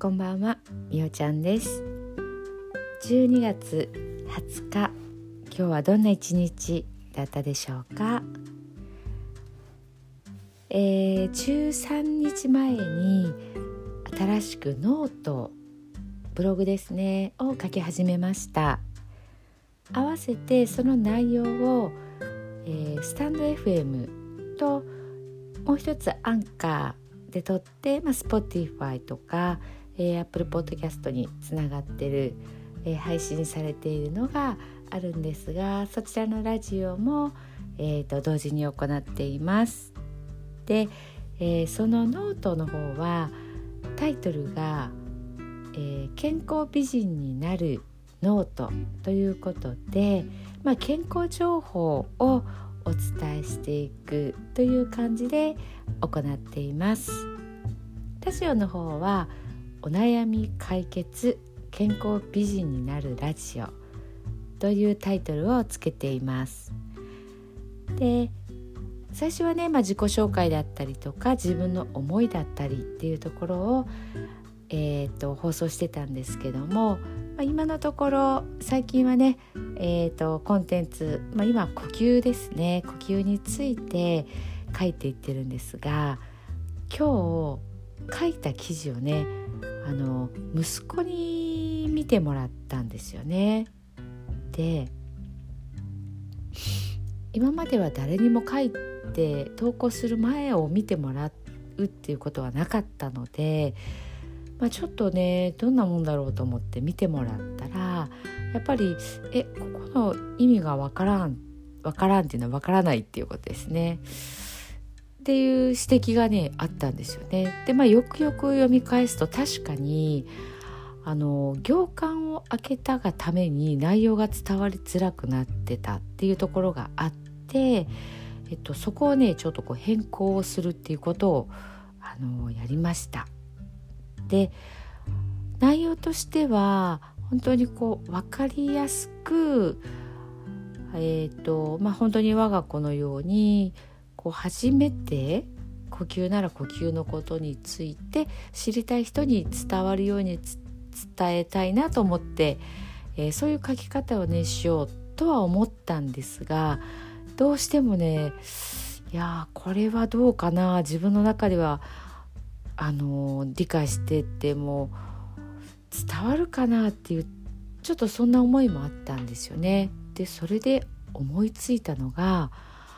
こんばんは、みおちゃんです。12月20日、今日はどんな一日だったでしょうか。13日前に新しくノート、ブログですねを書き始めました。合わせてその内容を、スタンド FM ともう一つアンカーで撮って、Spotify とか、Apple Podcast につながってる、配信されているのがあるんですが、そちらのラジオも、同時に行っています。で、そのノートの方はタイトルが、健康美人になるノートということで、健康情報をお伝えしていくという感じで行っています。ラジオの方はお悩み解決健康美人になるラジオというタイトルをつけています。で、最初はね、自己紹介だったりとか自分の思いだったりっていうところを、放送してたんですけども、今のところ最近はね、コンテンツ、今呼吸ですね、呼吸について書いていってるんですが、今日書いた記事をね、息子に見てもらったんですよね。で、今までは誰にも書いて投稿する前を見てもらうっていうことはなかったので、ちょっとね、どんなもんだろうと思って見てもらったら、やっぱりここの意味がわからんっていうのはわからないっていうことですねっていう指摘がねあったんですよね。で、よくよく読み返すと確かに行間を開けたがために内容が伝わりづらくなってたっていうところがあって、そこをねちょっと変更をするっていうことをやりました。で、内容としては本当に分かりやすく、本当に我が子のように初めて呼吸なら呼吸のことについて知りたい人に伝わるように伝えたいなと思って、そういう書き方をねしようとは思ったんですが、どうしてもね、これはどうかな、自分の中では理解してても伝わるかなっていう、ちょっとそんな思いもあったんですよね。で、それで思いついたのが、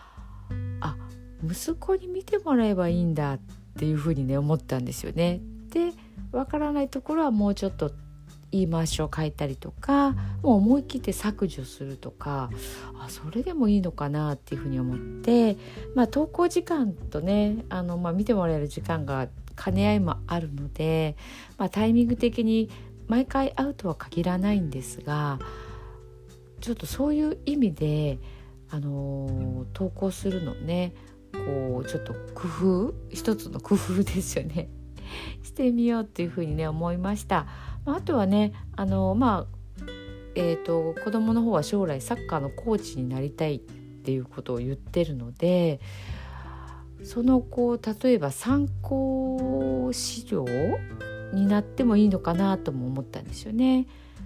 息子に見てもらえばいいんだっていうふうにね思ったんですよね。で、わからないところはもうちょっと言い回しを変えたりとか、もう思い切って削除するとか、それでもいいのかなっていうふうに思って、投稿時間とね見てもらえる時間が兼ね合いもあるので、タイミング的に毎回会うとは限らないんですが、ちょっとそういう意味で投稿するのね、ちょっと一つの工夫ですよねしてみようっていうふうにね思いました。あとはね子供の方は将来サッカーのコーチになりたいっていうことを言ってるので、その例えば参考資料になってもいいのかなとも思ったんですよね。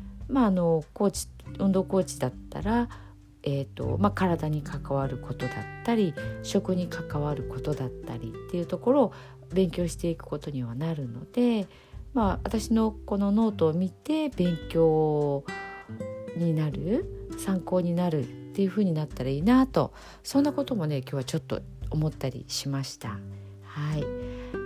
運動コーチだったら、体に関わることだったり食に関わることだったりっていうところを勉強していくことにはなるので、私のこのノートを見て勉強になる、参考になるっていう風になったらいいなと、そんなこともね今日はちょっと思ったりしました。はい。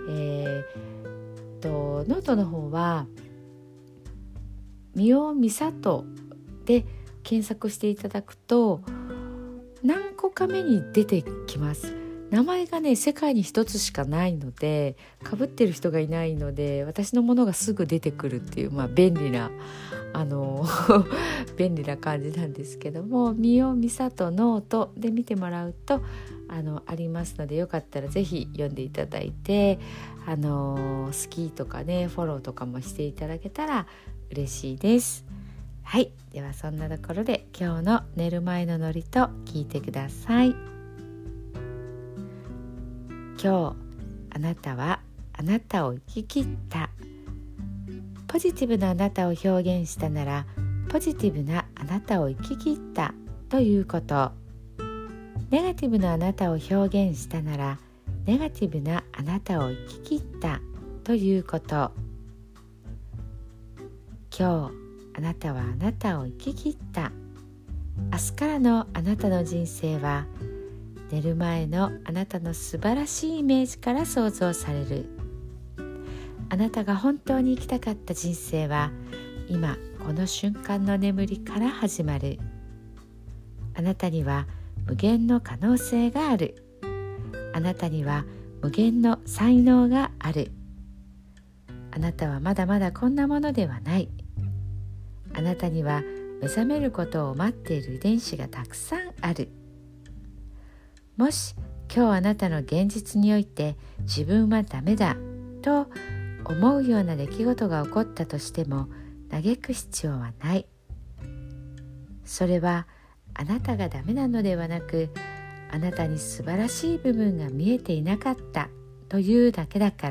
ノートの方はみおみさとで検索していただくと何個か目に出てきます。名前がね世界に一つしかないので、被ってる人がいないので私のものがすぐ出てくるっていう、便利な便利な感じなんですけども、みおみさとノートで見てもらうとありますので、よかったらぜひ読んでいただいて、好きとかねフォローとかもしていただけたら嬉しいです。はい、ではそんなところで今日の寝る前の祝詞と聞いてください。今日あなたはあなたを生き切った。 ポジティブなあなたを表現したなら、ポジティブなあなたを生き切ったということ。ネガティブなあなたを表現したなら、ネガティブなあなたを生き切ったということ。今日あなたはあなたを生き切った。明日からのあなたの人生は、寝る前のあなたの素晴らしいイメージから想像される。あなたが本当に生きたかった人生は、今この瞬間の眠りから始まる。あなたには無限の可能性がある。あなたには無限の才能がある。あなたはまだまだこんなものではない。あなたには目覚めることを待っている遺伝子がたくさんある。もし今日あなたの現実において自分はダメだと思うような出来事が起こったとしても、嘆く必要はない。それはあなたがダメなのではなく、あなたに素晴らしい部分が見えていなかったというだけだから。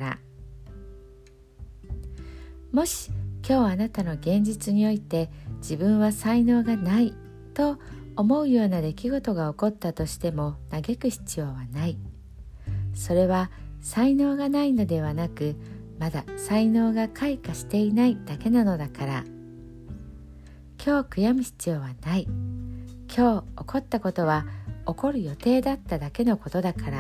もし今日あなたの現実において自分は才能がないと思うような出来事が起こったとしても、嘆く必要はない。それは才能がないのではなく、まだ才能が開花していないだけなのだから。今日悔やむ必要はない。今日起こったことは起こる予定だっただけのことだから。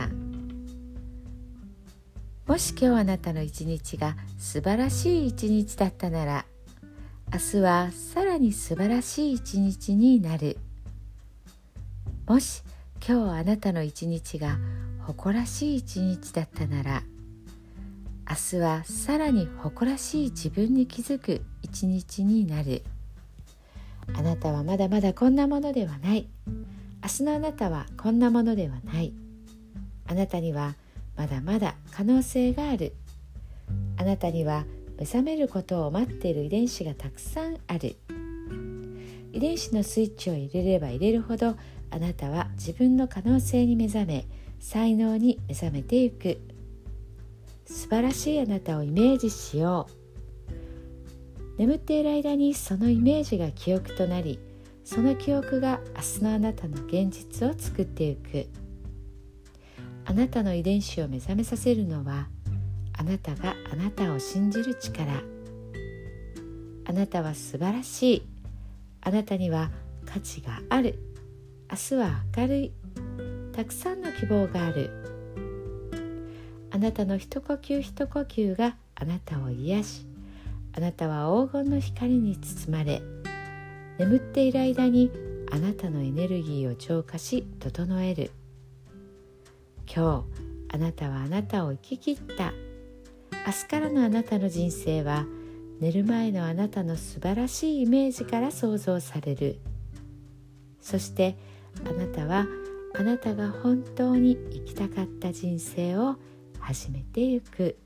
もし今日あなたの一日が素晴らしい一日だったなら、明日はさらに素晴らしい一日になる。もし今日あなたの一日が誇らしい一日だったなら、明日はさらに誇らしい自分に気づく一日になる。あなたはまだまだこんなものではない。明日のあなたはこんなものではない。あなたにはまだまだ可能性がある。あなたには目覚めることを待っている遺伝子がたくさんある。遺伝子のスイッチを入れれば入れるほど、あなたは自分の可能性に目覚め、才能に目覚めていく。素晴らしいあなたをイメージしよう。眠っている間にそのイメージが記憶となり、その記憶が明日のあなたの現実を作っていく。あなたの遺伝子を目覚めさせるのは、あなたがあなたを信じる力。あなたは素晴らしい。あなたには価値がある。明日は明るい。たくさんの希望がある。あなたの一呼吸一呼吸があなたを癒し、あなたは黄金の光に包まれ、眠っている間にあなたのエネルギーを浄化し整える。今日あなたはあなたを生き切った。明日からのあなたの人生は、寝る前のあなたの素晴らしいイメージから想像される。そしてあなたはあなたが本当に生きたかった人生を始めていく。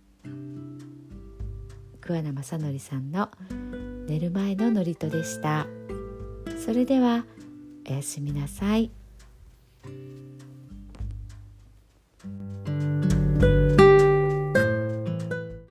桑名正則さんの寝る前の祝詞でした。それではおやすみなさい。